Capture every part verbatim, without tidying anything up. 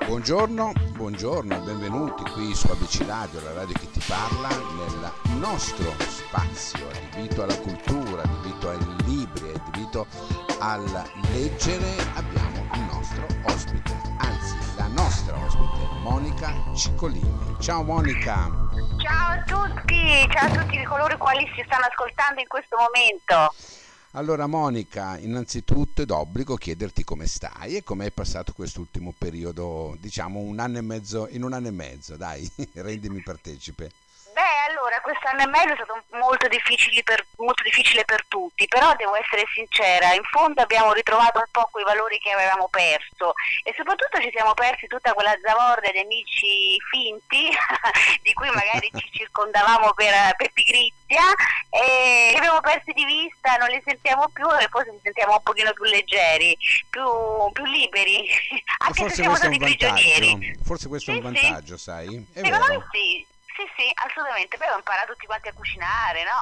Buongiorno, buongiorno, benvenuti qui su A B C Radio, la radio che ti parla, nel nostro spazio adibito alla cultura, adibito ai libri, adibito al leggere. Abbiamo il nostro ospite, anzi la nostra ospite, Monica Ciccolini. Ciao Monica! Ciao a tutti, ciao a tutti coloro i quali si stanno ascoltando in questo momento. Allora Monica, innanzitutto è d'obbligo chiederti come stai e come hai passato quest'ultimo periodo, diciamo un anno e mezzo, in un anno e mezzo, dai, rendimi partecipe. Beh, allora, quest'anno e mezzo è stato molto difficile per, molto difficile per tutti, però devo essere sincera, in fondo abbiamo ritrovato un po' quei valori che avevamo perso e soprattutto ci siamo persi tutta quella zavorra di amici finti di cui magari ci circondavamo per, per pigrizia e li abbiamo persi di vista, non li sentiamo più e forse ci sentiamo un pochino più leggeri, più, più liberi, anche se siamo stati prigionieri. Forse questo sì, è un vantaggio, sì. sai? È Secondo vero. me sì. Sì, sì, assolutamente. Poi abbiamo imparato tutti quanti a cucinare, no?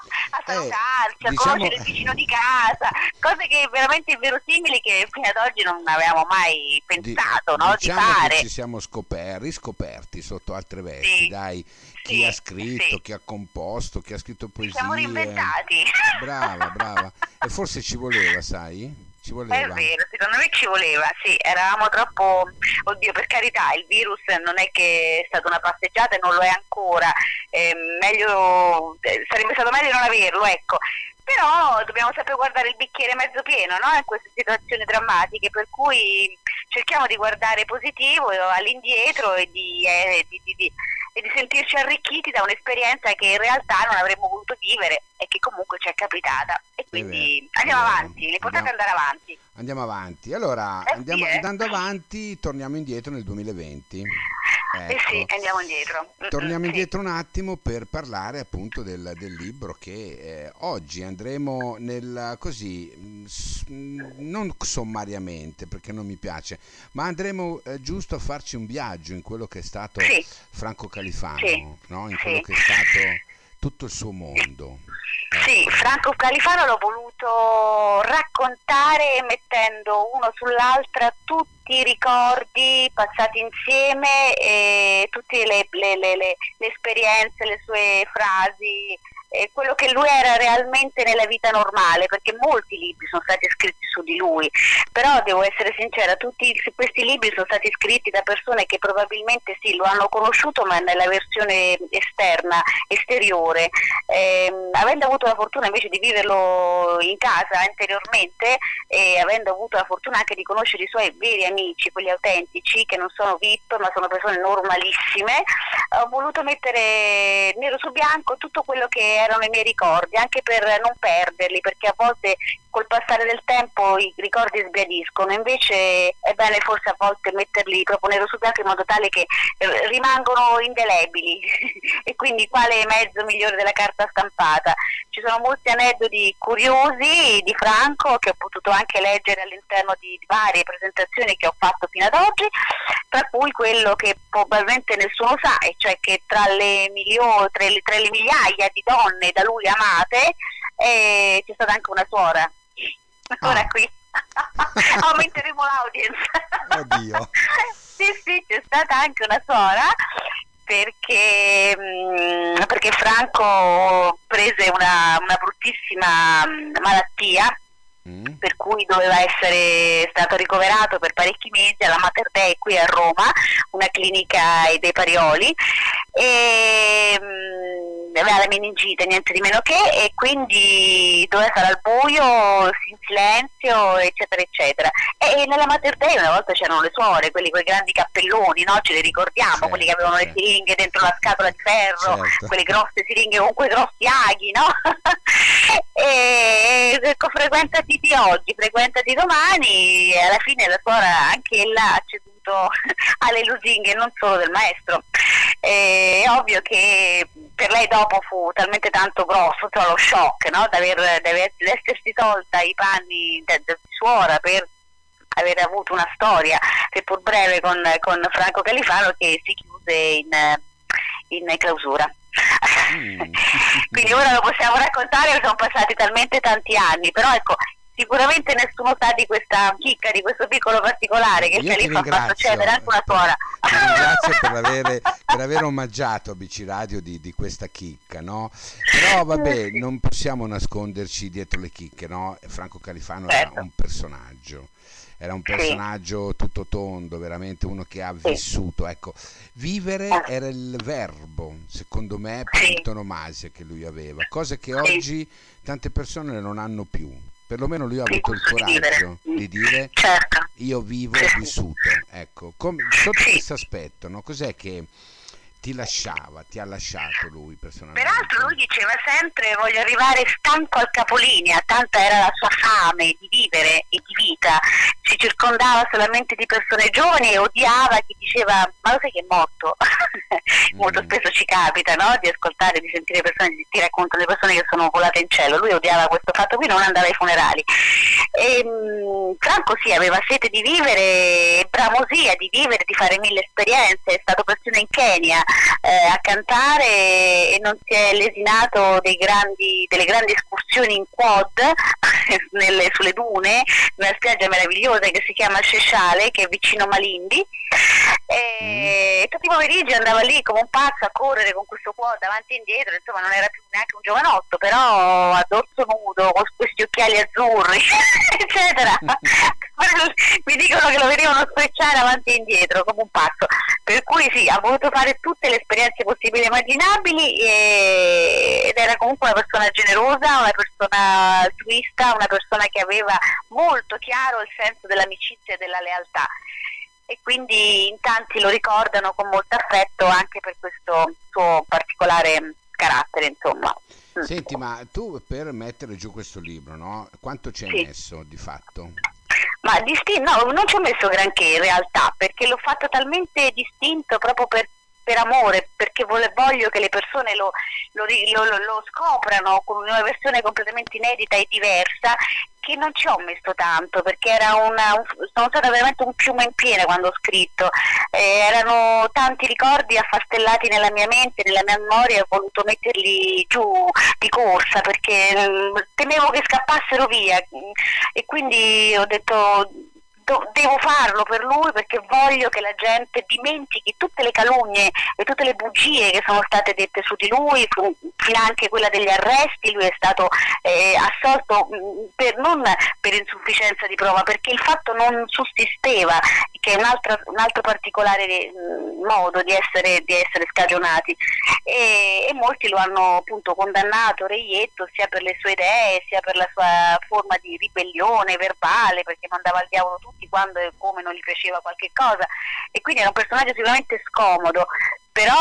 A Eh, salutarci, a diciamo- conoscere il vicino di casa, cose che veramente inverosimili che fino ad oggi non avevamo mai Di- pensato, no? diciamo Di fare. che ci siamo scoperti, riscoperti sotto altre vesti, Sì, dai, chi sì, ha scritto, sì. chi ha composto, chi ha scritto Ci poesie. siamo reinventati. Brava, brava. E forse ci voleva, sai? Ci È voleva. vero, secondo me ci voleva, sì, eravamo troppo, oddio, per carità, il virus non è che è stata una passeggiata e non lo è ancora, eh, meglio, eh, sarebbe stato meglio non averlo, ecco, però dobbiamo sempre guardare il bicchiere mezzo pieno, no? In queste situazioni drammatiche, per cui cerchiamo di guardare positivo all'indietro e di, eh, di, di, di, e di sentirci arricchiti da un'esperienza che in realtà non avremmo voluto vivere e che comunque ci è capitata. E quindi vero, andiamo è vero. avanti, l'importante Andiamo- è andare avanti. Andiamo avanti. Allora, Eh sì, andiamo, eh. andando avanti, torniamo indietro nel duemilaventi. Eh sì, Ecco. andiamo indietro. Mm, Torniamo mm, sì. indietro un attimo per parlare appunto del, del libro che eh, oggi andremo nel così, mh, s- mh, non sommariamente perché non mi piace, ma andremo eh, giusto a farci un viaggio in quello che è stato Sì, Franco Califano, sì, no? In sì. quello che è stato tutto il suo mondo. Sì, Ecco. Franco Califano l'ho voluto raccontare mettendo uno sull'altra tutti i ricordi passati insieme e tutte le, le- le- le- le esperienze, le sue frasi, e quello che lui era realmente nella vita normale, perché molti libri sono stati scritti su di lui, però devo essere sincera, tutti questi libri sono stati scritti da persone che probabilmente sì, lo hanno conosciuto ma nella versione esterna, esteriore. Ehm, avendo avuto la fortuna invece di viverlo in casa interiormente e avendo avuto la fortuna anche di conoscere i suoi veri amici, quelli autentici che non sono V I P ma sono persone normalissime, ho voluto mettere nero su bianco tutto quello che erano i miei ricordi, anche per non perderli, perché a volte col passare del tempo i ricordi sbiadiscono, invece è bene forse a volte metterli proprio nero su bianco in modo tale che eh, rimangono indelebili e quindi quale mezzo migliore della carta stampata. Ci sono molti aneddoti curiosi di Franco che ho potuto anche leggere all'interno di varie presentazioni che ho fatto fino ad oggi, tra cui quello che probabilmente nessuno sa, e cioè che tra le, milio- tra le, tra le migliaia di donne da lui amate eh, c'è stata anche una suora. Ora Ah. qui aumenteremo l'audience. Oddio. Sì, sì, c'è stata anche una suora perché, mh, perché Franco prese una, una bruttissima mh, malattia Mm? per cui doveva essere stato ricoverato per parecchi mesi alla Mater Dei qui a Roma, una clinica dei Parioli, e mh, aveva la meningite, niente di meno che, e quindi doveva stare al buio, in silenzio, eccetera, eccetera. E, e nella Mater Dei una volta c'erano le suore, quelli con i grandi cappelloni, no? Ce li ricordiamo, Certo, quelli che avevano certo. le siringhe dentro la scatola di ferro, Certo. quelle grosse siringhe con quei grossi aghi, no? E ecco, frequentati di oggi, frequentati domani, e alla fine la suora anche ella ha ceduto alle lusinghe non solo del maestro. E è ovvio che per lei dopo fu talmente tanto grosso, cioè lo shock, no? Da aver, da aver- di essersi tolta i panni da- da- di suora per aver avuto una storia, seppur breve, con, con Franco Califano che si chiuse in, in clausura. Mm. Quindi ora lo possiamo raccontare, sono passati talmente tanti anni, però ecco, sicuramente nessuno sa di questa chicca, di questo piccolo particolare che Felipe ha fatto cedere anche una suora. Ti ringrazio per avere, per aver omaggiato A B C Radio di, di questa chicca, no? Però vabbè, Sì. non possiamo nasconderci dietro le chicche, no? Franco Califano Certo. era un personaggio. Era un personaggio sì. tutto tondo, veramente uno che ha vissuto. Ecco, vivere era il verbo, secondo me, per sì. antonomasia che lui aveva, cosa che oggi tante persone non hanno più. Perlomeno lui ha avuto il coraggio di dire certo. io vivo, ho vissuto. Ecco, come, sotto questo aspetto, no? Cos'è che ti lasciava, ti ha lasciato lui personalmente? Peraltro lui diceva sempre voglio arrivare stanco al capolinea, tanta era la sua fame di vivere e di vita, si circondava solamente di persone giovani e odiava chi diceva ma lo sai che è morto? Molto mm. spesso ci capita, no? Di ascoltare, di sentire persone, di ti raccontano le persone che sono volate in cielo, lui odiava questo fatto qui, non andava ai funerali. E, mh, Franco sì, aveva sete di vivere e bramosia di vivere, di fare mille esperienze, è stato persino in Kenya Eh, a cantare e non si è lesinato dei grandi, delle grandi escursioni in quad nelle, sulle dune, in una spiaggia meravigliosa che si chiama Sciasciale, che è vicino Malindi, e mm. tutti i pomeriggi andava lì come un pazzo a correre con questo quad avanti e indietro, insomma non era più neanche un giovanotto, però a dorso nudo, con questi occhiali azzurri eccetera. Mi dicono che lo vedevano sprecciare avanti e indietro come un pazzo, per cui sì, ha voluto fare tutte le esperienze possibili e immaginabili e... ed era comunque una persona generosa, una persona altruista, una persona che aveva molto chiaro il senso dell'amicizia e della lealtà, e quindi in tanti lo ricordano con molto affetto anche per questo suo particolare carattere, insomma. Senti, ma tu per mettere giù questo libro, no? Quanto ci hai sì. messo di fatto? Ma distinto, no, non ci ho messo granché in realtà, perché l'ho fatto talmente distinto proprio per, per amore, perché voglio che le persone lo, lo, lo, lo scoprano con una versione completamente inedita e diversa, che non ci ho messo tanto, perché era una, un, sono stata veramente un fiume in piena quando ho scritto, eh, erano tanti ricordi affastellati nella mia mente, nella mia memoria, e ho voluto metterli giù di corsa perché mh, temevo che scappassero via, e quindi ho detto devo farlo per lui, perché voglio che la gente dimentichi tutte le calunnie e tutte le bugie che sono state dette su di lui, finanche quella degli arresti. Lui è stato eh, assolto per, non per insufficienza di prova, perché il fatto non sussisteva, che è un altro, un altro particolare modo di essere, di essere scagionati, e, e molti lo hanno appunto condannato, reietto, sia per le sue idee sia per la sua forma di ribellione verbale, perché mandava al diavolo tutti quando e come non gli piaceva qualche cosa, e quindi era un personaggio sicuramente scomodo, però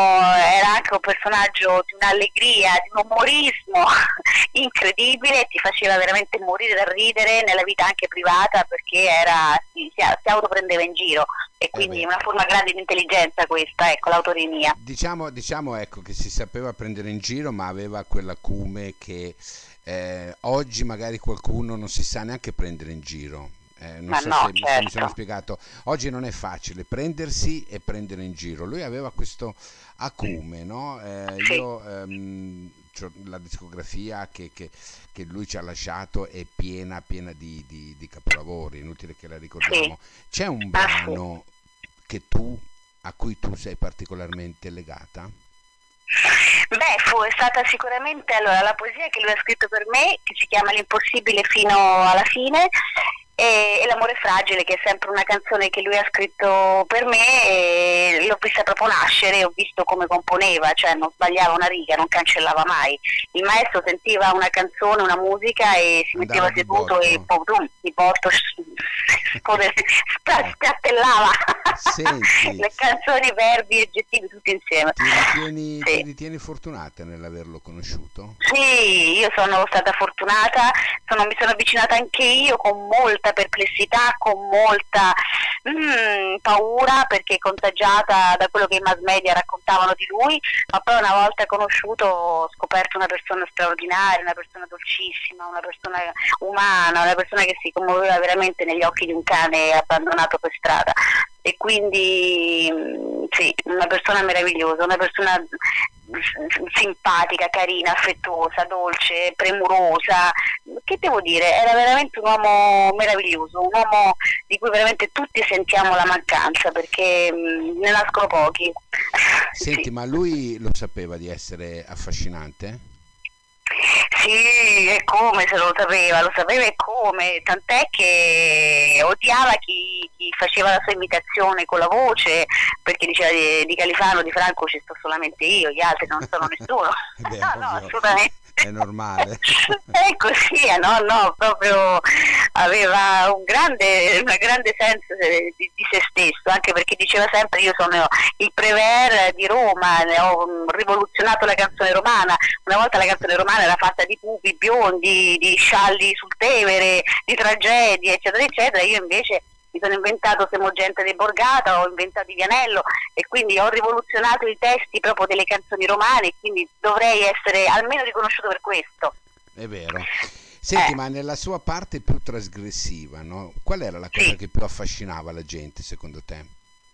era anche un personaggio di un'allegria, di un umorismo incredibile, ti faceva veramente morire da ridere nella vita anche privata, perché era si, si, si autoprendeva in giro, e quindi eh una forma grande di intelligenza questa, ecco, l'autoironia. Diciamo, diciamo ecco che si sapeva prendere in giro, ma aveva quell'acume che eh, oggi magari qualcuno non si sa neanche prendere in giro. Eh, non Ma so no, se, certo. se mi sono spiegato. Oggi non è facile prendersi e prendere in giro. Lui aveva questo acume, no? Eh, sì. Io ehm, la discografia che, che, che lui ci ha lasciato è piena, piena di, di, di capolavori, inutile che la ricordiamo. Sì. C'è un brano che tu, a cui tu sei particolarmente legata? Beh, fu è stata sicuramente allora la poesia che lui ha scritto per me, che si chiama L'impossibile fino alla fine, e, e L'amore fragile, che è sempre una canzone che lui ha scritto per me, e l'ho vista proprio nascere, ho visto come componeva, cioè non sbagliava una riga, non cancellava mai. Il maestro sentiva una canzone, una musica e si Andava metteva seduto e pum, di botto spiattellava le canzoni, verbi e aggettivi tutti insieme. Ti ritieni, sì. ti ritieni fortunata nell'averlo conosciuto? Sì, io sono stata fortunata, sono, mi sono avvicinata anche io con molta perplessità, con molta mm, paura, perché contagiata da quello che i mass media raccontavano di lui, ma poi una volta conosciuto ho scoperto una persona straordinaria, una persona dolcissima, una persona umana, una persona che si commuoveva veramente negli occhi di un cane abbandonato per strada, e quindi sì, una persona meravigliosa, una persona simpatica, carina, affettuosa, dolce, premurosa. Che devo dire, era veramente un uomo meraviglioso, un uomo di cui veramente tutti sentiamo la mancanza, perché mh, ne nascono pochi. Senti, Sì. ma lui lo sapeva di essere affascinante? Sì, e come se lo sapeva, lo sapeva e come, tant'è che odiava chi, chi faceva la sua imitazione con la voce, perché diceva di, di Califano, di Franco ci sto solamente io, gli altri non sono nessuno. Eh beh, No, no, ovvio, assolutamente. è normale. È così, eh, no, no, proprio aveva un grande, un grande senso di, di se stesso, anche perché diceva sempre io sono il Prévert di Roma, ne ho mm, rivoluzionato la canzone romana. Una volta la canzone romana era fatta di pupi biondi, di scialli sul Tevere, di tragedie, eccetera, eccetera. Io invece mi sono inventato Semogente de Borgata, ho inventato il Vianello e quindi ho rivoluzionato i testi proprio delle canzoni romane, e quindi dovrei essere almeno riconosciuto per questo. È vero. Senti, Eh, ma nella sua parte più trasgressiva, no? Qual era la cosa sì. che più affascinava la gente, secondo te?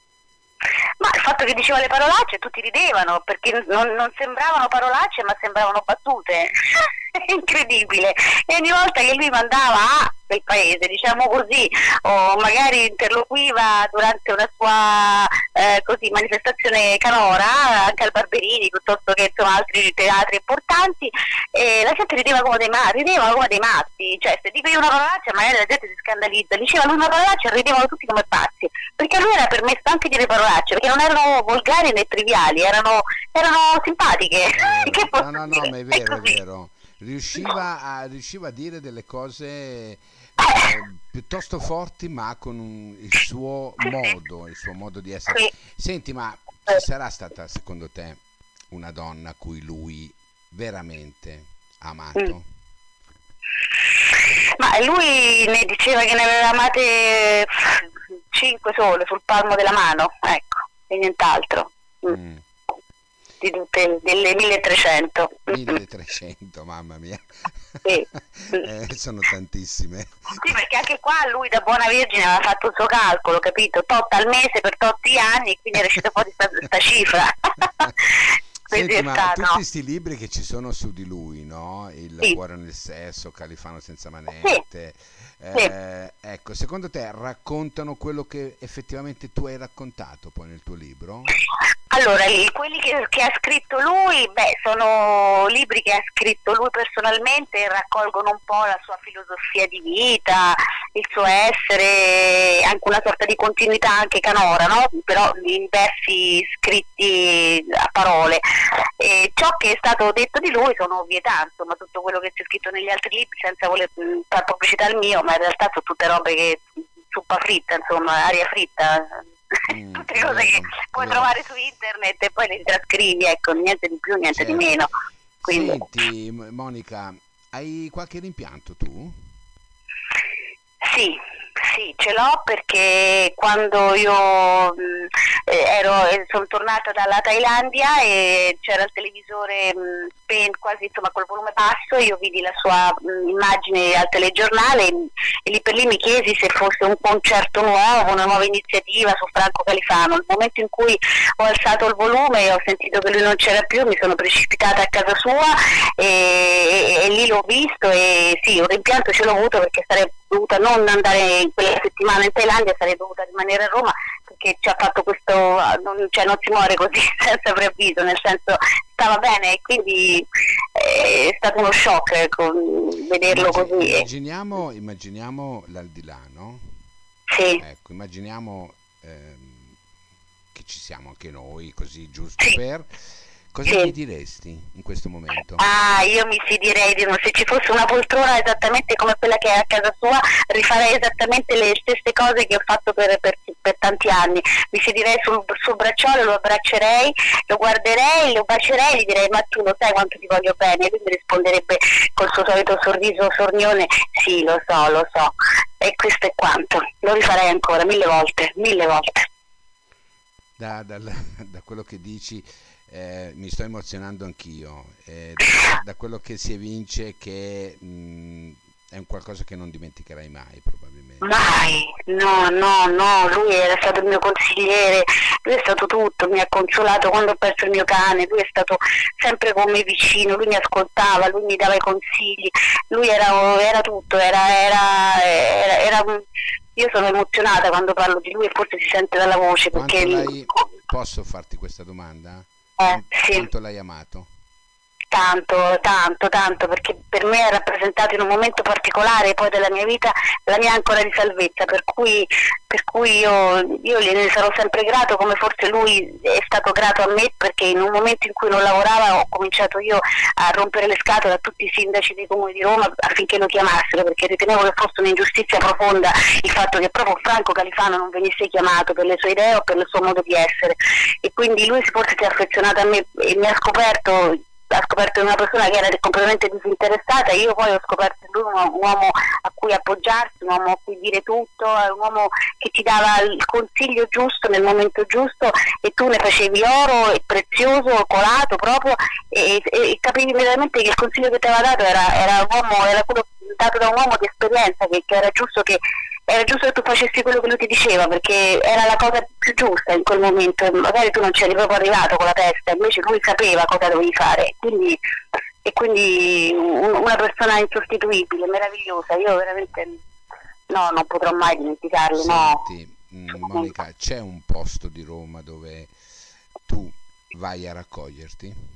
Ma il fatto che diceva le parolacce tutti ridevano, perché non, non sembravano parolacce ma sembravano battute. È incredibile. E ogni volta che lui mandava a quel paese, diciamo così, o magari interloquiva durante una sua eh, così, manifestazione canora, anche al Barberini, piuttosto che insomma, altri teatri importanti, e la gente rideva come dei matti, ridevano come dei matti. Cioè, se dico io una parolaccia magari la gente si scandalizza, diceva lui una parolaccia e ridevano tutti come pazzi, perché a lui era permesso anche dire parolacce, perché non erano volgari né triviali, erano, erano simpatiche. È vero. Che No, posso no, no, dire? ma è È vero, è così. vero. Riusciva a, riusciva a dire delle cose eh, piuttosto forti, ma con un- il suo Sì, sì, modo, il suo modo di essere. sì. Senti, ma ci sarà stata, secondo te, una donna a cui lui veramente ha Mm. amato? Ma lui ne diceva che ne aveva amate cinque sole sul palmo della mano, ecco, e nient'altro. Mm. Mm. Di tutte, delle milletrecento. milletrecento, mamma mia. Sì. Mm. Eh, sono tantissime. Sì, perché anche qua lui da buona vergine aveva fatto il suo calcolo, capito? Tot al mese per tutti gli anni, quindi è uscita fuori questa cifra. Quindi Senti, è ma stato. tutti questi libri che ci sono su di lui, no? Il Sì, cuore nel sesso, Califano senza sì, manette, sì. eh, ecco, secondo te raccontano quello che effettivamente tu hai raccontato poi nel tuo libro? Allora, lì, quelli che, che ha scritto lui, beh, sono libri che ha scritto lui personalmente e raccolgono un po' la sua filosofia di vita, il suo essere, anche una sorta di continuità anche canora, no? Però in versi scritti a parole. E ciò che è stato detto di lui sono ovvietà, insomma, tutto quello che c'è scritto negli altri libri, senza voler mh, far pubblicità al mio, ma in realtà sono tutte robe che zuppa fritta, insomma, aria fritta. Mm, Tutte è cose che vero, è puoi vero. trovare su internet e poi le trascrivi, ecco, niente di più, niente di Certo. meno. Quindi Senti, M- Monica, hai qualche rimpianto tu? sì, sì, ce l'ho perché quando io mh, eh, ero, eh, sono tornata dalla Thailandia e c'era il televisore mh, spen- quasi insomma col volume basso, io vidi la sua mh, immagine al telegiornale e, e lì per lì mi chiesi se fosse un concerto nuovo, una nuova iniziativa su Franco Califano. Nel momento in cui ho alzato il volume e ho sentito che lui non c'era più, mi sono precipitata a casa sua e, e- e lì l'ho visto e sì, un rimpianto ce l'ho avuto perché sarei dovuta non andare in quella settimana in Thailandia, sarei dovuta rimanere a Roma perché ci ha fatto questo, non, cioè non si muore così senza preavviso, nel senso stava bene e quindi eh, è stato uno shock ecco, vederlo Immagi- così. E, immaginiamo, immaginiamo l'aldilà, no? sì, Ecco, immaginiamo ehm, che ci siamo anche noi, così giusto sì, per... Cosa gli sì. diresti in questo momento? Ah, io mi fiderei di uno, se ci fosse una poltrona esattamente come quella che è a casa sua, rifarei esattamente le stesse cose che ho fatto per, per- per tanti anni. Mi fiderei sul, sul bracciolo, lo abbraccerei, lo guarderei, lo bacerei, gli direi ma tu lo sai quanto ti voglio bene? E lui mi risponderebbe col suo solito sorriso sornione, sì lo so, lo so. E questo è quanto. Lo rifarei ancora, mille volte, mille volte. Da, dal- da quello che dici eh, mi sto emozionando anch'io, eh, da, da quello che si evince che mh, è un qualcosa che non dimenticherai mai probabilmente. Mai, no, no, no, lui era stato il mio consigliere, lui è stato tutto, mi ha consolato quando ho perso il mio cane, lui è stato sempre con me vicino, lui mi ascoltava, lui mi dava i consigli, lui era, era tutto, era, era, era, era, io sono emozionata quando parlo di lui e forse si sente dalla voce. Quanto Perché l'hai, posso farti questa domanda? Eh, sì. Quanto l'hai amato? Tanto, tanto, tanto, perché per me ha rappresentato in un momento particolare poi della mia vita la mia ancora di salvezza, per cui, per cui io, io gliene sarò sempre grato, come forse lui è stato grato a me, perché in un momento in cui non lavorava ho cominciato io a rompere le scatole a tutti i sindaci dei comuni di Roma affinché lo chiamassero, perché ritenevo che fosse un'ingiustizia profonda il fatto che proprio Franco Califano non venisse chiamato per le sue idee o per il suo modo di essere, e quindi lui forse si è affezionato a me e mi ha scoperto ha scoperto una persona che era completamente disinteressata, e io poi ho scoperto in lui un uomo a cui appoggiarsi, un uomo a cui dire tutto, un uomo che ti dava il consiglio giusto nel momento giusto e tu ne facevi oro e prezioso, colato proprio, e, e, e capivi immediatamente che il consiglio che ti aveva dato era, era, un uomo, era quello dato da un uomo di esperienza, che, che era giusto che era giusto che tu facessi quello che lui ti diceva, perché era la cosa più giusta in quel momento, e magari tu non c'eri proprio arrivato con la testa, invece lui sapeva cosa dovevi fare, quindi, e quindi una persona insostituibile, meravigliosa, io veramente no, non potrò mai dimenticarlo. Senti, no. Monica, c'è un posto di Roma dove tu vai a raccoglierti?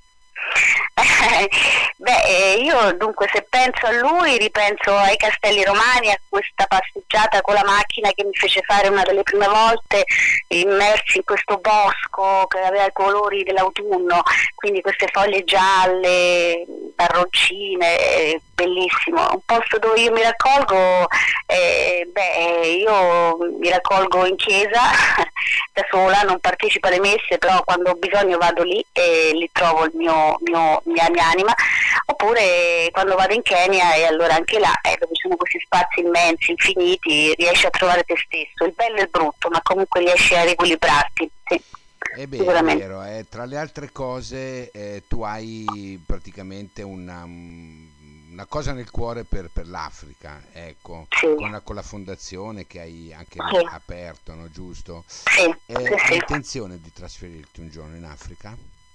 Beh, io dunque se penso a lui ripenso ai Castelli Romani, a questa passeggiata con la macchina che mi fece fare una delle prime volte immersi in questo bosco che aveva i colori dell'autunno, quindi queste foglie gialle, marroncine, bellissimo. Un posto dove io mi raccolgo, eh, beh, io mi raccolgo in chiesa da sola, non partecipo alle messe, però quando ho bisogno vado lì e lì trovo il mio, mio, mia, mia anima, oppure quando vado in Kenya, e allora anche là, eh, dove sono questi spazi immensi, infiniti, riesci a trovare te stesso, il bello e il brutto, ma comunque riesci a riequilibrarti, sì. Eh beh, è vero, eh, tra le altre cose eh, tu hai praticamente una, una cosa nel cuore per, per l'Africa, ecco, sì. con, la, con la fondazione che hai anche sì. aperto, no, giusto? Sì, eh, sì, hai sì. intenzione di trasferirti un giorno in Africa?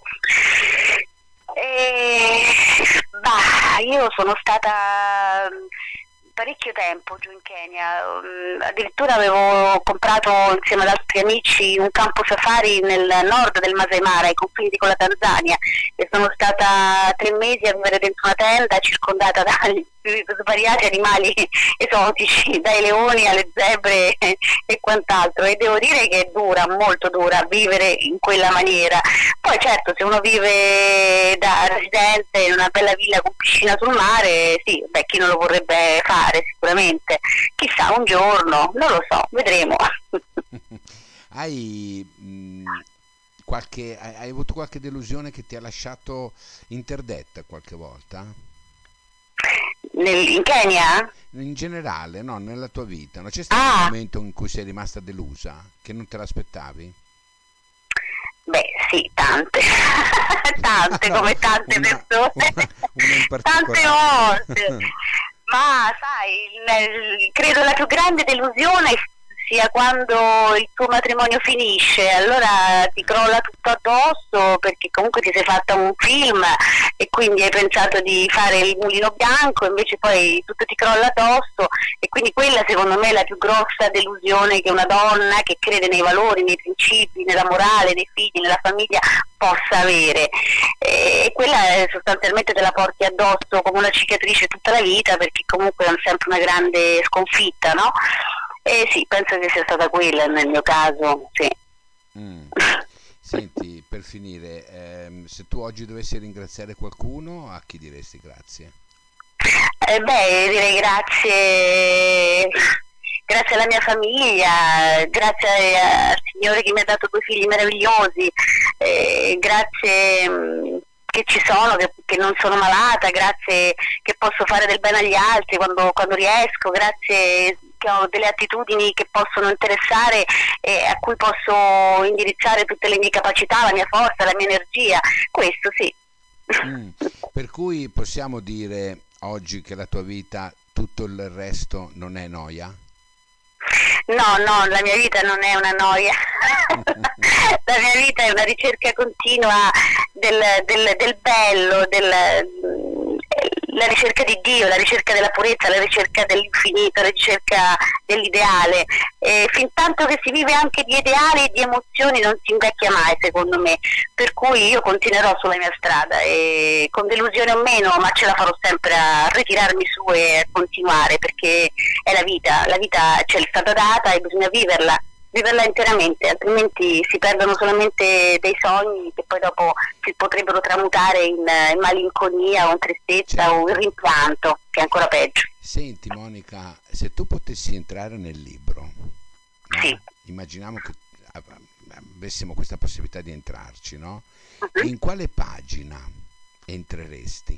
Eh, bah, io sono stata parecchio tempo giù in Kenya, um, addirittura avevo comprato insieme ad altri amici un campo safari nel nord del Masai Mara, ai confini con la Tanzania, e sono stata tre mesi a vivere dentro una tenda circondata dagli svariati animali esotici, dai leoni alle zebre e quant'altro, e devo dire che è dura, molto dura vivere in quella maniera. Poi certo, se uno vive da residente in una bella villa con piscina sul mare, sì, beh, chi non lo vorrebbe fare sicuramente, chissà un giorno, non lo so, vedremo. Hai, mh, qualche, hai, hai avuto qualche delusione che ti ha lasciato interdetta qualche volta? Nel, in Kenya? In generale, no, nella tua vita. Non c'è stato ah. un momento in cui sei rimasta delusa, che non te l'aspettavi? Beh, sì, tante, tante, no, come tante una, persone, una, una tante volte. Ma sai, credo la più grande delusione sia quando il tuo matrimonio finisce, allora ti crolla tutto addosso, perché comunque ti sei fatta un film e quindi hai pensato di fare il mulino bianco, invece poi tutto ti crolla addosso, e quindi quella secondo me è la più grossa delusione che una donna che crede nei valori, nei principi, nella morale, nei figli, nella famiglia possa avere, e quella è sostanzialmente te la porti addosso come una cicatrice tutta la vita, perché comunque è sempre una grande sconfitta, no? Eh sì, penso che sia stata quella nel mio caso, sì. Mm. Senti, per finire, ehm, se tu oggi dovessi ringraziare qualcuno, a chi diresti grazie? Eh beh, direi grazie, grazie alla mia famiglia, grazie al Signore che mi ha dato due figli meravigliosi, eh, grazie mh, che ci sono, che, che non sono malata, grazie che posso fare del bene agli altri quando, quando riesco, grazie che ho delle attitudini che possono interessare e a cui posso indirizzare tutte le mie capacità, la mia forza, la mia energia, questo sì. Mm. Per cui possiamo dire oggi che la tua vita tutto il resto non è noia? No, no, la mia vita non è una noia, la mia vita è una ricerca continua del, del, del bello, del, la ricerca di Dio, la ricerca della purezza, la ricerca dell'infinito, la ricerca dell'ideale. E fin tanto che si vive anche di ideali e di emozioni non si invecchia mai, secondo me, per cui io continuerò sulla mia strada, e con delusione o meno, ma ce la farò sempre a ritirarmi su e a continuare, perché è la vita, la vita ce l'è stata data e bisogna viverla, viverla interamente, altrimenti si perdono solamente dei sogni che poi dopo si potrebbero tramutare in, in malinconia o in tristezza, certo, o in rimpianto, che è ancora peggio. Senti Monica, se tu potessi entrare nel libro, no? Sì. Immaginiamo che avessimo questa possibilità di entrarci, no? Uh-huh. In quale pagina entreresti?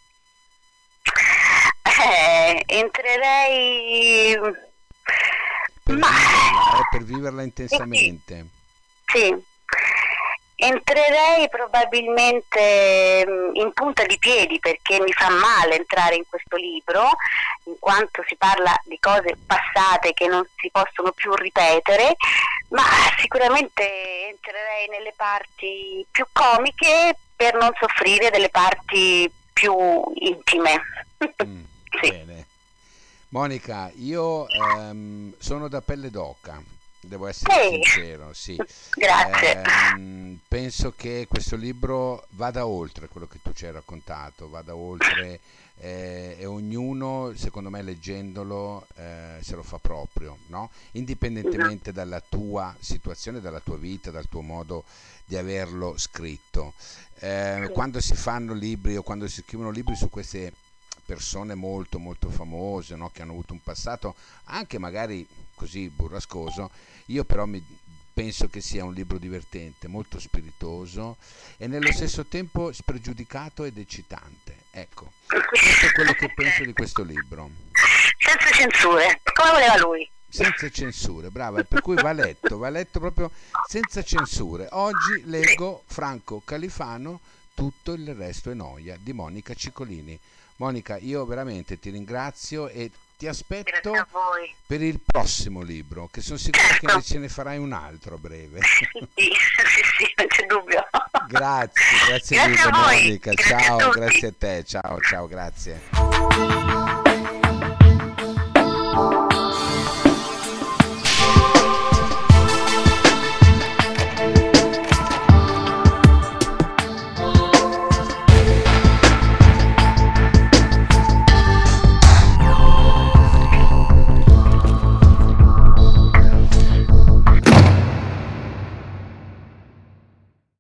Eh, entrerei per, ma... viverla, eh, per viverla intensamente. Sì, sì. Entrerei probabilmente in punta di piedi, perché mi fa male entrare in questo libro, in quanto si parla di cose passate che non si possono più ripetere, ma sicuramente entrerei nelle parti più comiche per non soffrire delle parti più intime. Mm, sì. Bene. Monica, io ehm, sono da pelle d'oca, devo essere sì. sincero, sì. Grazie. Eh, penso che questo libro vada oltre quello che tu ci hai raccontato, vada oltre eh, e ognuno, secondo me, leggendolo eh, se lo fa proprio, no? Indipendentemente uh-huh. dalla tua situazione, dalla tua vita, dal tuo modo di averlo scritto. Eh, sì. Quando si fanno libri o quando si scrivono libri su queste persone molto molto famose, no? Che hanno avuto un passato anche magari così burrascoso, io però mi penso che sia un libro divertente, molto spiritoso e nello stesso tempo spregiudicato ed eccitante. Ecco, questo è quello che penso di questo libro. Senza censure, come voleva lui. Senza censure, brava, e per cui va letto, va letto proprio senza censure. Oggi leggo Franco Califano, Tutto il resto è noia, di Monica Ciccolini. Monica, io veramente ti ringrazio e ti aspetto per il prossimo libro, che sono sicuro certo. che ce ne farai un altro a breve. Sì, sì, sì, non c'è dubbio. Grazie, grazie, grazie mille Monica, grazie ciao, a grazie a te, ciao, ciao, grazie.